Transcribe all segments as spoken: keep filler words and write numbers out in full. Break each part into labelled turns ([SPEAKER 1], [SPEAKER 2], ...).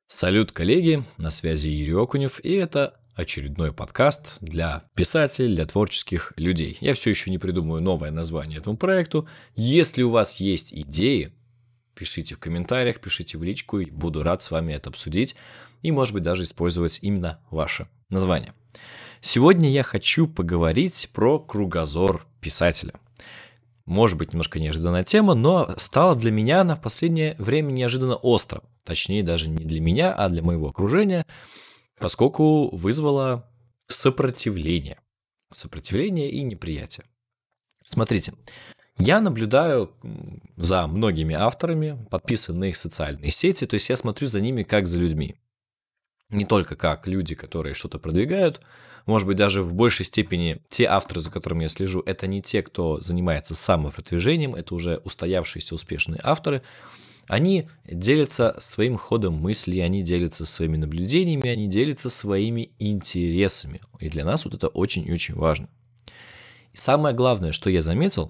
[SPEAKER 1] Салют, коллеги, на связи Юрий Окунев, и это очередной подкаст для писателей, для творческих людей. Я все еще не придумаю новое название этому проекту. Если у вас есть идеи, пишите в комментариях, пишите в личку, и буду рад с вами это обсудить и, может быть, даже использовать именно ваше название. Сегодня я хочу поговорить про кругозор писателя. Может быть, немножко неожиданная тема, но стала для меня она в последнее время неожиданно остро. Точнее, даже не для меня, а для моего окружения, поскольку вызвала сопротивление. Сопротивление и неприятие. Смотрите, я наблюдаю за многими авторами, подписан на их социальные сети, то есть я смотрю за ними как за людьми. Не только как люди, которые что-то продвигают, может быть, даже в большей степени те авторы, за которыми я слежу, это не те, кто занимается самопродвижением, это уже устоявшиеся успешные авторы. Они делятся своим ходом мысли, они делятся своими наблюдениями, они делятся своими интересами. И для нас вот это очень и очень важно. И самое главное, что я заметил,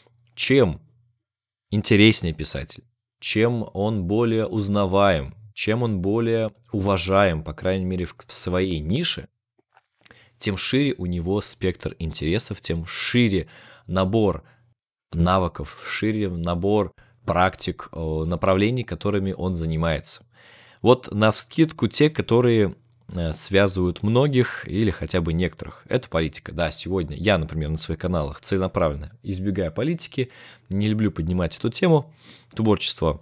[SPEAKER 1] чем интереснее писатель, чем он более узнаваем, чем он более уважаем, по крайней мере, в своей нише, тем шире у него спектр интересов, тем шире набор навыков, шире набор практик, направлений, которыми он занимается. Вот навскидку те, которые связывают многих или хотя бы некоторых. Это политика. Да, сегодня я, например, на своих каналах целенаправленно избегаю политики, не люблю поднимать эту тему. Творчество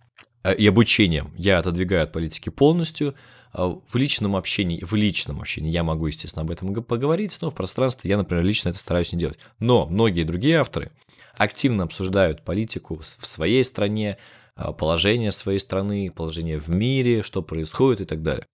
[SPEAKER 1] и обучение я отодвигаю от политики полностью. В личном общении, в личном общении я могу, естественно, об этом поговорить, но в пространстве я, например, лично это стараюсь не делать. Но многие другие авторы активно обсуждают политику в своей стране, положение своей страны, положение в мире, что происходит и так далее.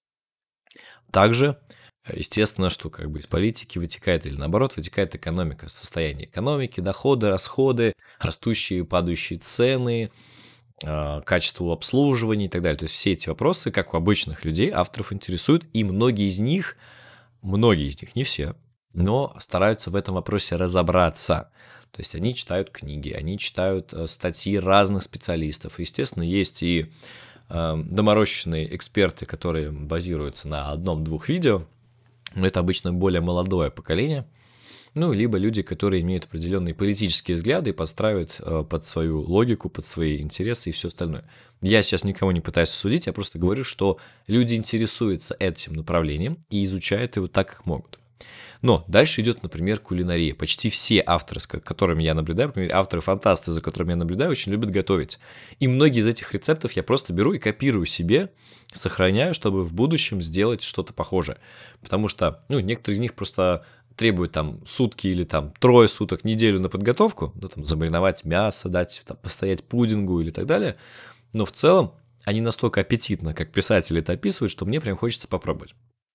[SPEAKER 1] Также, естественно, что как бы из политики вытекает или наоборот вытекает экономика, состояние экономики, доходы, расходы, растущие и падающие цены, качество обслуживания и так далее. То есть все эти вопросы, как у обычных людей, авторов интересуют, и многие из них, многие из них, не все, но стараются в этом вопросе разобраться. То есть они читают книги, они читают статьи разных специалистов. Естественно, есть и доморощенные эксперты, которые базируются на одном-двух видео, но это обычно более молодое поколение. Ну, либо люди, которые имеют определенные политические взгляды и подстраивают э, под свою логику, под свои интересы и все остальное. Я сейчас никого не пытаюсь судить, я просто говорю, что люди интересуются этим направлением и изучают его так, как могут. Но дальше идет, например, кулинария. Почти все авторы, с которыми я наблюдаю, например, авторы-фантасты, за которыми я наблюдаю, очень любят готовить. И многие из этих рецептов я просто беру и копирую себе, сохраняю, чтобы в будущем сделать что-то похожее. Потому что, ну, некоторые из них просто требуют там сутки или там трое суток, неделю на подготовку, ну, там, замариновать мясо, дать там, постоять пудингу или так далее. Но в целом они настолько аппетитно, как писатели это описывают, что мне прям хочется попробовать.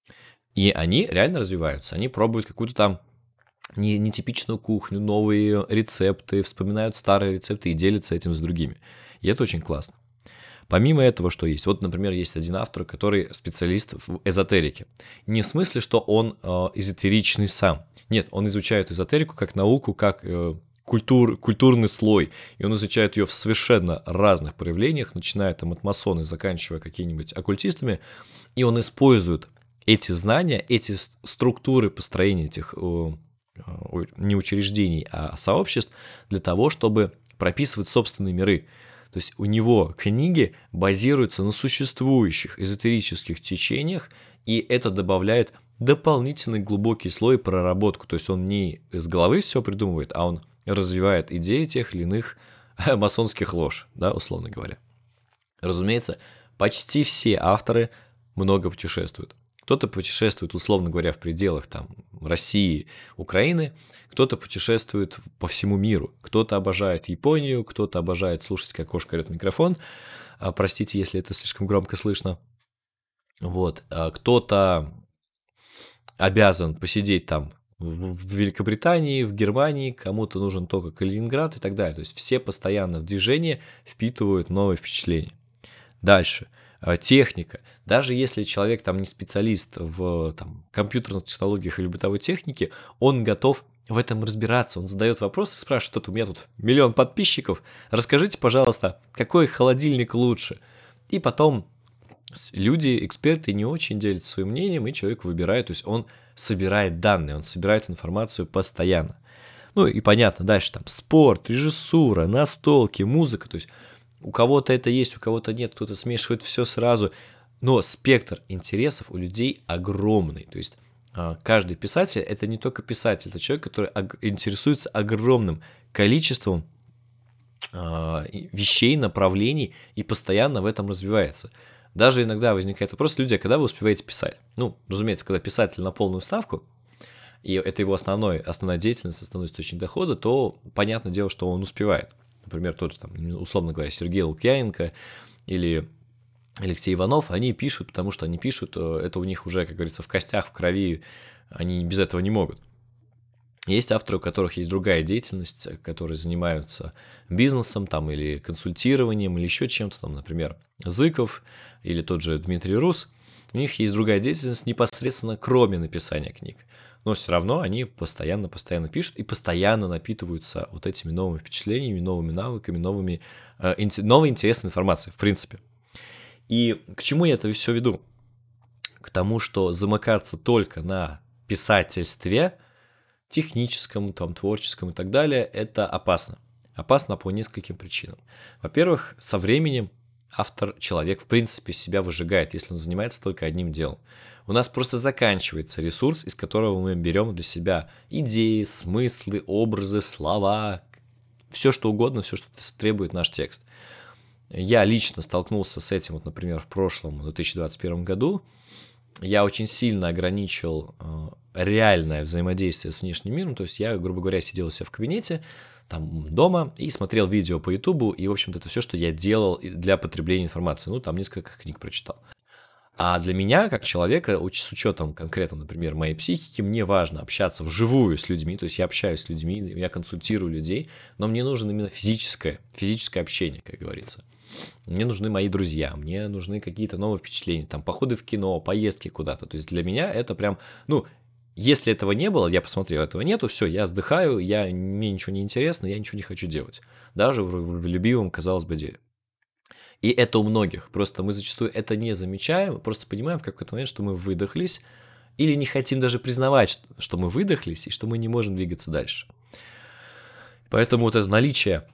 [SPEAKER 1] И они реально развиваются, они пробуют какую-то там нетипичную кухню, новые рецепты, вспоминают старые рецепты и делятся этим с другими. И это очень классно. Помимо этого, что есть? Вот, например, есть один автор, который специалист в эзотерике. Не в смысле, что он э, эзотеричный сам. Нет, он изучает эзотерику как науку, как э, культур, культурный слой. И он изучает ее в совершенно разных проявлениях, начиная там от масонов, заканчивая какими-нибудь оккультистами. И он использует эти знания, эти структуры построения этих э, не учреждений, а сообществ для того, чтобы прописывать собственные миры. То есть у него книги базируются на существующих эзотерических течениях, и это добавляет дополнительный глубокий слой проработку. То есть он не из головы все придумывает, а он развивает идеи тех или иных масонских лож, да, условно говоря. Разумеется, почти все авторы много путешествуют. Кто-то путешествует, условно говоря, в пределах там, России, Украины, кто-то путешествует по всему миру, кто-то обожает Японию, кто-то обожает слушать, как кошка орёт в микрофон, а, простите, если это слишком громко слышно, вот, а кто-то обязан посидеть там в Великобритании, в Германии, кому-то нужен только Калининград и так далее, то есть все постоянно в движении впитывают новые впечатления. Дальше. Техника. Даже если человек там не специалист в там, компьютерных технологиях или бытовой технике, он готов в этом разбираться. Он задает вопросы, спрашивает, что-то у меня тут миллион подписчиков, расскажите, пожалуйста, какой холодильник лучше. И потом люди, эксперты не очень делятся своим мнением, и человек выбирает, то есть он собирает данные, он собирает информацию постоянно. Ну и понятно, дальше там спорт, режиссура, настолки, музыка, то есть у кого-то это есть, у кого-то нет, кто-то смешивает все сразу, но спектр интересов у людей огромный, то есть каждый писатель — это не только писатель, это человек, который интересуется огромным количеством вещей, направлений и постоянно в этом развивается. Даже иногда возникает вопрос, люди, а когда вы успеваете писать? Ну, разумеется, когда писатель на полную ставку, и это его основной, основная деятельность, основной источник дохода, то понятное дело, что он успевает. Например, тот же, там, условно говоря, Сергей Лукьяненко или Алексей Иванов, они пишут, потому что они пишут, это у них уже, как говорится, в костях, в крови, они без этого не могут. Есть авторы, у которых есть другая деятельность, которые занимаются бизнесом там, или консультированием, или еще чем-то, там, например, Зыков или тот же Дмитрий Рус. У них есть другая деятельность непосредственно кроме написания книг. Но все равно они постоянно-постоянно пишут и постоянно напитываются вот этими новыми впечатлениями, новыми навыками, новыми, э, инте, новой интересной информацией, в принципе. И к чему я это все веду? К тому, что замыкаться только на писательстве, техническом, там, творческом и так далее, это опасно. Опасно по нескольким причинам. Во-первых, со временем автор, человек, в принципе, себя выжигает, если он занимается только одним делом. У нас просто заканчивается ресурс, из которого мы берем для себя идеи, смыслы, образы, слова, все что угодно, все, что требует наш текст. Я лично столкнулся с этим, вот, например, в прошлом, в две тысячи двадцать первом году. Я очень сильно ограничил э, реальное взаимодействие с внешним миром, то есть я, грубо говоря, сидел у себя в кабинете, там, дома, и смотрел видео по Ютубу, и, в общем-то, это все, что я делал для потребления информации, ну, там, несколько книг прочитал. А для меня, как человека, с учетом конкретно, например, моей психики, мне важно общаться вживую с людьми, то есть я общаюсь с людьми, я консультирую людей, но мне нужно именно физическое, физическое общение, как говорится. Мне нужны мои друзья, мне нужны какие-то новые впечатления, там, походы в кино, поездки куда-то. То есть для меня это прям, ну, если этого не было, я посмотрел, этого нету, все, я сдыхаю, я, мне ничего не интересно, я ничего не хочу делать. Даже в, в любимом, казалось бы, деле. И это у многих. Просто мы зачастую это не замечаем, просто понимаем в какой-то момент, что мы выдохлись, или не хотим даже признавать, что мы выдохлись и что мы не можем двигаться дальше. Поэтому вот это наличие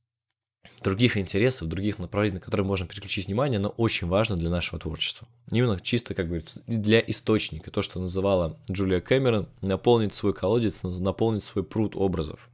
[SPEAKER 1] других интересов, других направлений, на которые можем переключить внимание, оно очень важно для нашего творчества. Именно чисто, как говорится, для источника. То, что называла Джулия Кэмерон, наполнить свой колодец, наполнить свой пруд образов.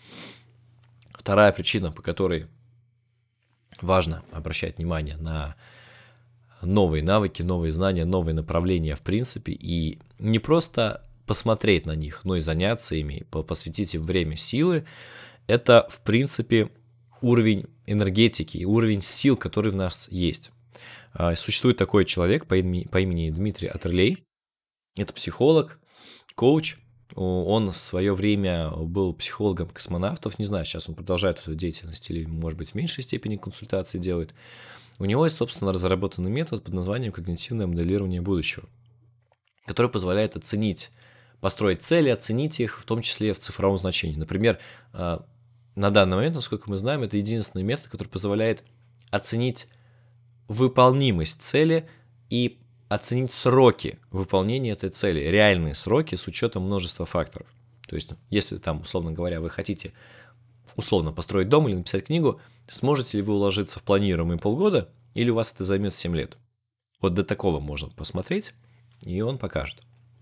[SPEAKER 1] Вторая причина, по которой важно обращать внимание на новые навыки, новые знания, новые направления в принципе, и не просто посмотреть на них, но и заняться ими, посвятить им время, силы, это, в принципе, уровень энергетики и уровень сил, который в нас есть. Существует такой человек по имени, по имени Дмитрий Атерлей. Это психолог, коуч. Он в свое время был психологом космонавтов. Не знаю, сейчас он продолжает эту деятельность или, может быть, в меньшей степени консультации делает. У него есть, собственно, разработанный метод под названием когнитивное моделирование будущего, который позволяет оценить, построить цели, оценить их, в том числе в цифровом значении. Например, на данный момент, насколько мы знаем, это единственный метод, который позволяет оценить выполнимость цели и оценить сроки выполнения этой цели, реальные сроки с учетом множества факторов. То есть, если там, условно говоря, вы хотите условно построить дом или написать книгу, сможете ли вы уложиться в планируемые полгода, или у вас это займет семь лет. Вот до такого можно посмотреть, и он покажет.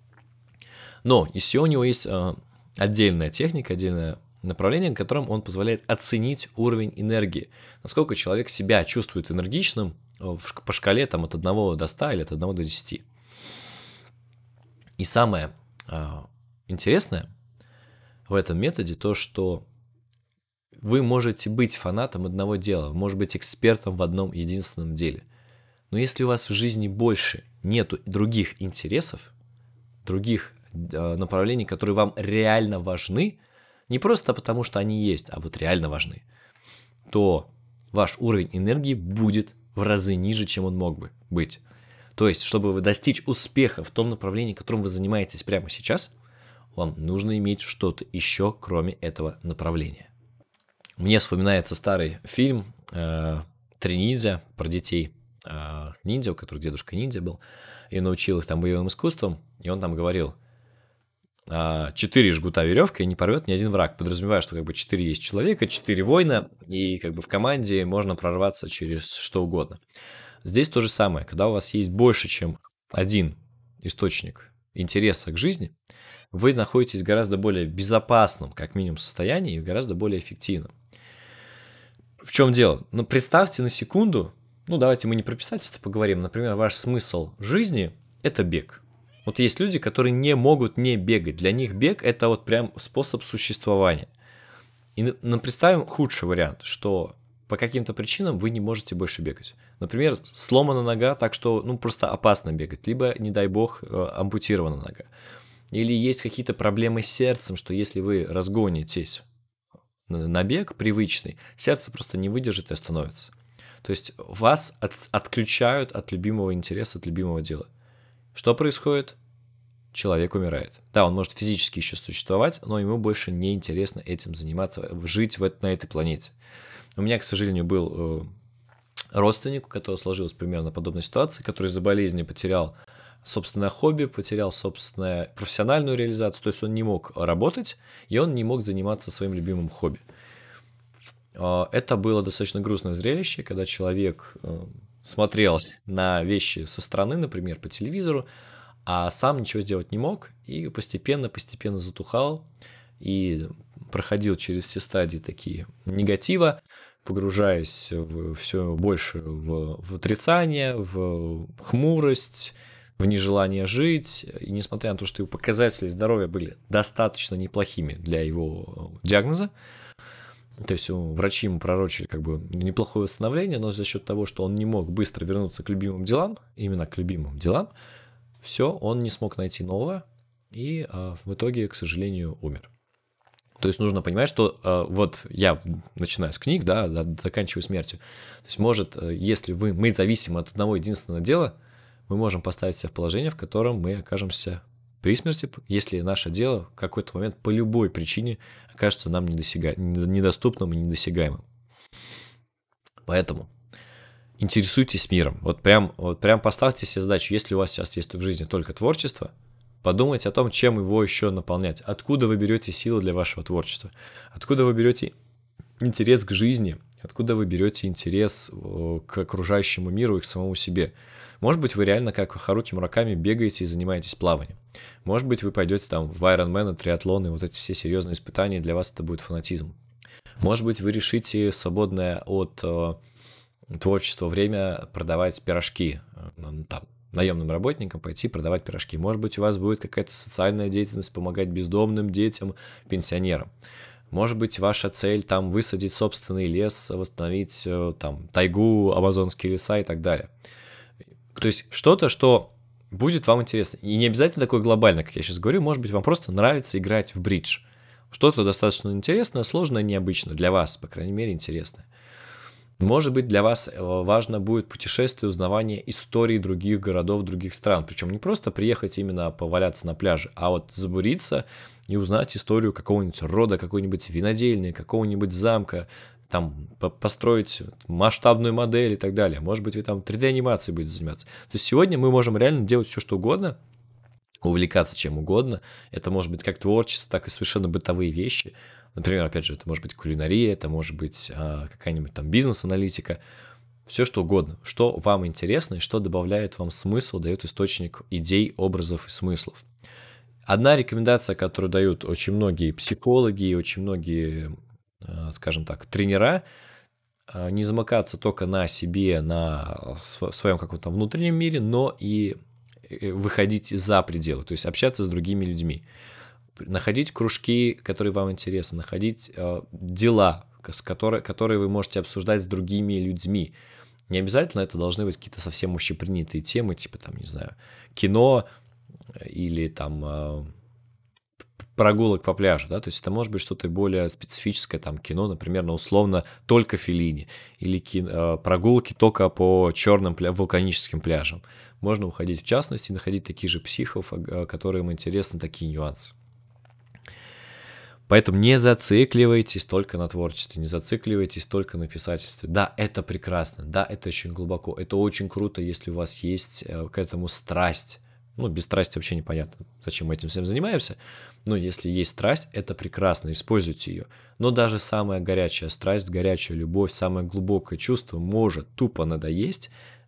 [SPEAKER 1] Но еще у него есть отдельная техника, отдельное направление, которым он позволяет оценить уровень энергии. Насколько человек себя чувствует энергичным по шкале там, от одного до ста или от одного до десяти. И самое а, интересное в этом методе то, что вы можете быть фанатом одного дела, вы можете быть экспертом в одном единственном деле. Но если у вас в жизни больше нету других интересов, других а, направлений, которые вам реально важны, не просто потому, что они есть, а вот реально важны, то ваш уровень энергии будет в разы ниже, чем он мог бы быть. То есть, чтобы достичь успеха в том направлении, которым вы занимаетесь прямо сейчас, вам нужно иметь что-то еще, кроме этого направления. Мне вспоминается старый фильм э, «Три ниндзя» про детей. а, ниндзя, у которых дедушка ниндзя был, и научил их там боевым искусствам, и он там говорил, а, четыре жгута веревка и не порвет ни один враг, подразумевая, что как бы четыре есть человека, четыре воина, и как бы в команде можно прорваться через что угодно. Здесь то же самое, когда у вас есть больше, чем один источник интереса к жизни, вы находитесь в гораздо более безопасном, как минимум, состоянии и гораздо более эффективном. В чем дело? Ну, представьте на секунду, ну, давайте мы не про писательство поговорим, например, ваш смысл жизни – это бег. Вот есть люди, которые не могут не бегать, для них бег – это вот прям способ существования. И ну, представим худший вариант, что по каким-то причинам вы не можете больше бегать. Например, сломана нога, так что ну, просто опасно бегать, либо, не дай бог, ампутирована нога. Или есть какие-то проблемы с сердцем, что если вы разгонитесь на бег привычный, сердце просто не выдержит и остановится. То есть вас от, отключают от любимого интереса, от любимого дела. Что происходит? Человек умирает. Да, он может физически еще существовать, но ему больше не интересно этим заниматься, жить в, на этой планете. У меня, к сожалению, был э, родственник, у которого сложилась примерно подобная ситуация, который из-за болезни потерял собственное хобби, потерял собственную профессиональную реализацию, то есть он не мог работать, и он не мог заниматься своим любимым хобби. Это было достаточно грустное зрелище, когда человек смотрел на вещи со стороны, например, по телевизору, а сам ничего сделать не мог, и постепенно-постепенно затухал, и проходил через все стадии такие негатива, погружаясь в все больше в, в отрицание, в хмурость, в нежелание жить, и несмотря на то, что его показатели здоровья были достаточно неплохими для его диагноза, то есть врачи ему пророчили как бы неплохое восстановление, но за счет того, что он не мог быстро вернуться к любимым делам, именно к любимым делам, все, он не смог найти новое, и а, в итоге, к сожалению, умер. То есть нужно понимать, что э, вот я начинаю с книг, да, заканчиваю смертью. То есть может, если вы, мы зависим от одного единственного дела, мы можем поставить себя в положение, в котором мы окажемся при смерти, если наше дело в какой-то момент по любой причине окажется нам недосяга... недоступным и недосягаемым. Поэтому интересуйтесь миром. Вот прям, вот прям поставьте себе задачу, если у вас сейчас есть в жизни только творчество, подумайте о том, чем его еще наполнять. Откуда вы берете силы для вашего творчества? Откуда вы берете интерес к жизни? Откуда вы берете интерес к окружающему миру и к самому себе? Может быть, вы реально, как Харуки Мураками, бегаете и занимаетесь плаванием. Может быть, вы пойдете там в Ironman, триатлон, и вот эти все серьезные испытания, для вас это будет фанатизм. Может быть, вы решите свободное от э, творчества время продавать пирожки, э, там, наемным работникам пойти продавать пирожки. Может быть, у вас будет какая-то социальная деятельность, помогать бездомным детям, пенсионерам. Может быть, ваша цель там высадить собственный лес, восстановить там тайгу, амазонские леса и так далее. То есть что-то, что будет вам интересно. И не обязательно такое глобальное, как я сейчас говорю. Может быть, вам просто нравится играть в бридж. Что-то достаточно интересное, сложное, необычное. Для вас, по крайней мере, интересное. Может быть, для вас важно будет путешествие, узнавание истории других городов, других стран. Причем не просто приехать именно поваляться на пляже, а вот забуриться и узнать историю какого-нибудь рода, какой-нибудь винодельни, какого-нибудь замка, там построить масштабную модель и так далее. Может быть, вы там три дэ-анимацией будете заниматься. То есть сегодня мы можем реально делать все, что угодно, увлекаться чем угодно. Это может быть как творчество, так и совершенно бытовые вещи. Например, опять же, это может быть кулинария, это может быть а, какая-нибудь там бизнес-аналитика. Все, что угодно. Что вам интересно и что добавляет вам смысл, дает источник идей, образов и смыслов. Одна рекомендация, которую дают очень многие психологи и очень многие, скажем так, тренера, не замыкаться только на себе, на своем каком-то внутреннем мире, но и выходить за пределы, то есть общаться с другими людьми. Находить кружки, которые вам интересны, находить э, дела, которые, которые вы можете обсуждать с другими людьми. Не обязательно это должны быть какие-то совсем общепринятые темы, типа там, не знаю, кино или там э, прогулок по пляжу, да, то есть это может быть что-то более специфическое, там кино, например, ну, условно, только Феллини, или кино, э, прогулки только по черным пля- вулканическим пляжам. Можно уходить в частности, находить таких же психов, э, которым интересны такие нюансы. Поэтому не зацикливайтесь только на творчестве, не зацикливайтесь только на писательстве. Да, это прекрасно, да, это очень глубоко, это очень круто, если у вас есть к этому страсть. Ну, без страсти вообще непонятно, зачем мы этим всем занимаемся. Но если есть страсть, это прекрасно, используйте ее. Но даже самая горячая страсть, горячая любовь, самое глубокое чувство может тупо надоесть,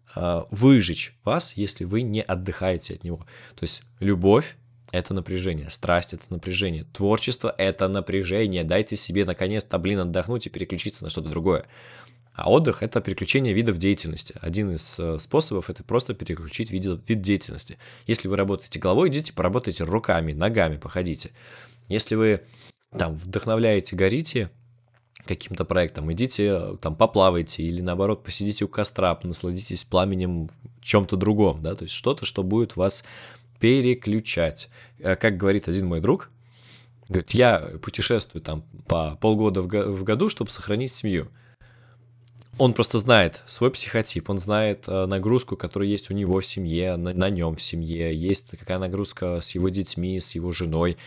[SPEAKER 1] выжечь вас, если вы не отдыхаете от него. То есть любовь — это напряжение, страсть — это напряжение, творчество — это напряжение. Дайте себе наконец-то, блин, отдохнуть и переключиться на что-то другое. А отдых — это переключение видов деятельности. Один из способов — это просто переключить вид, вид деятельности. Если вы работаете головой, идите поработайте руками, ногами, походите. Если вы там вдохновляете, горите каким-то проектом, идите там поплавайте или наоборот посидите у костра, насладитесь пламенем в чем-то другом, да, то есть что-то, что будет вас переключать. Как говорит один мой друг, говорит, я путешествую там по полгода в году, чтобы сохранить семью. Он просто знает свой психотип, он знает нагрузку, которая есть у него в семье, на, на нем в семье, есть какая нагрузка с его детьми, с его женой.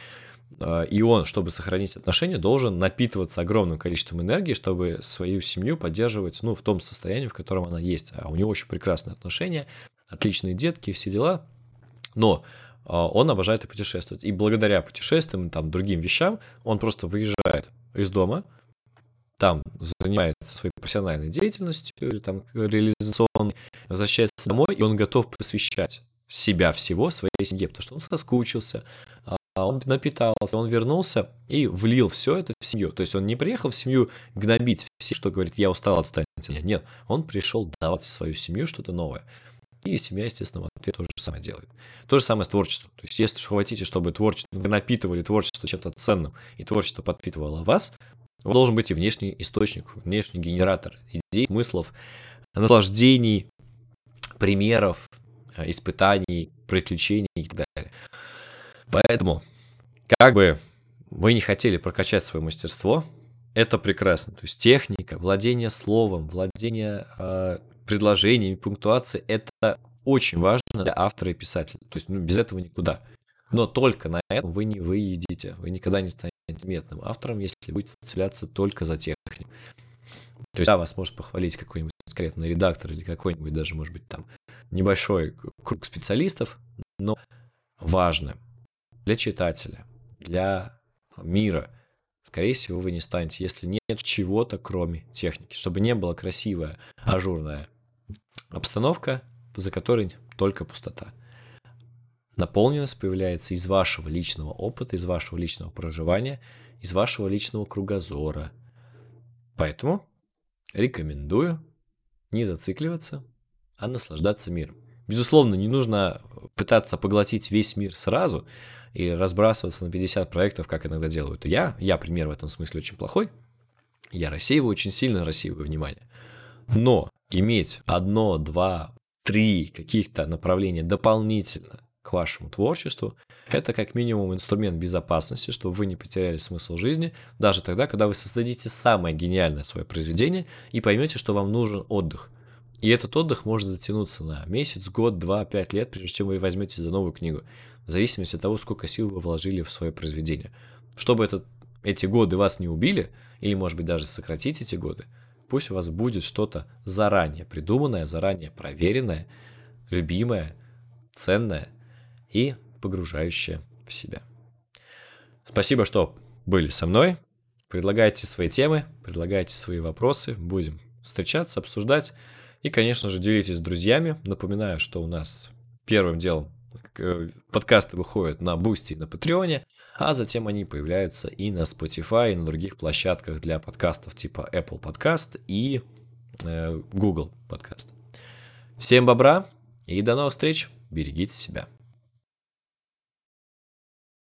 [SPEAKER 1] И он, чтобы сохранить отношения, должен напитываться огромным количеством энергии, чтобы свою семью поддерживать, ну, в том состоянии, в котором она есть. А у него очень прекрасные отношения, отличные детки, все дела. Но он обожает и путешествовать. И благодаря путешествиям и там, другим вещам он просто выезжает из дома, там занимается своей профессиональной деятельностью или там реализационной, возвращается домой, и он готов посвящать себя всего своей семье, потому что он соскучился, он напитался, он вернулся и влил все это в семью. То есть он не приехал в семью гнобить все, что говорит, я устал, отстаньте. Нет, он пришел давать в свою семью что-то новое. И семья, естественно, в ответ то же самое делает. То же самое с творчеством. То есть если вы хотите, чтобы творчество, вы напитывали творчество чем-то ценным, и творчество подпитывало вас, у вас должен быть и внешний источник, внешний генератор идей, смыслов, наслаждений, примеров, испытаний, приключений и так далее. Поэтому, как бы вы не хотели прокачать свое мастерство, это прекрасно. То есть техника, владение словом, владение э, предложениями, пунктуацией — это очень важно для автора и писателя. То есть ну, без этого никуда. Но только на этом вы не выедете, вы никогда не станете заметным автором, если будете цепляться только за технику. То есть, да, вас может похвалить какой-нибудь конкретный редактор или какой-нибудь даже, может быть, там небольшой круг специалистов, но важно для читателя, для мира, скорее всего, вы не станете, если нет чего-то, кроме техники, чтобы не была красивая, ажурная обстановка, за которой только пустота. Наполненность появляется из вашего личного опыта, из вашего личного проживания, из вашего личного кругозора. Поэтому рекомендую не зацикливаться, а наслаждаться миром. Безусловно, не нужно пытаться поглотить весь мир сразу и разбрасываться на пятьдесят проектов, как иногда делают я. Я, пример в этом смысле очень плохой. Я рассеиваю, очень сильно рассеиваю внимание. Но иметь одно, два, три каких-то направления дополнительно к вашему творчеству, это как минимум инструмент безопасности, чтобы вы не потеряли смысл жизни, даже тогда, когда вы создадите самое гениальное свое произведение и поймете, что вам нужен отдых. И этот отдых может затянуться на месяц, год, два, пять лет, прежде чем вы возьметесь за новую книгу, в зависимости от того, сколько сил вы вложили в свое произведение. Чтобы этот, эти годы вас не убили, или, может быть, даже сократить эти годы, пусть у вас будет что-то заранее придуманное, заранее проверенное, любимое, ценное и погружающее в себя. Спасибо, что были со мной. Предлагайте свои темы, предлагайте свои вопросы. Будем встречаться, обсуждать. И, конечно же, делитесь с друзьями. Напоминаю, что у нас первым делом подкасты выходят на Boosty и на Patreon, а затем они появляются и на Spotify, и на других площадках для подкастов типа Apple Podcast и э, Google Podcast. Всем бобра и до новых встреч. Берегите себя.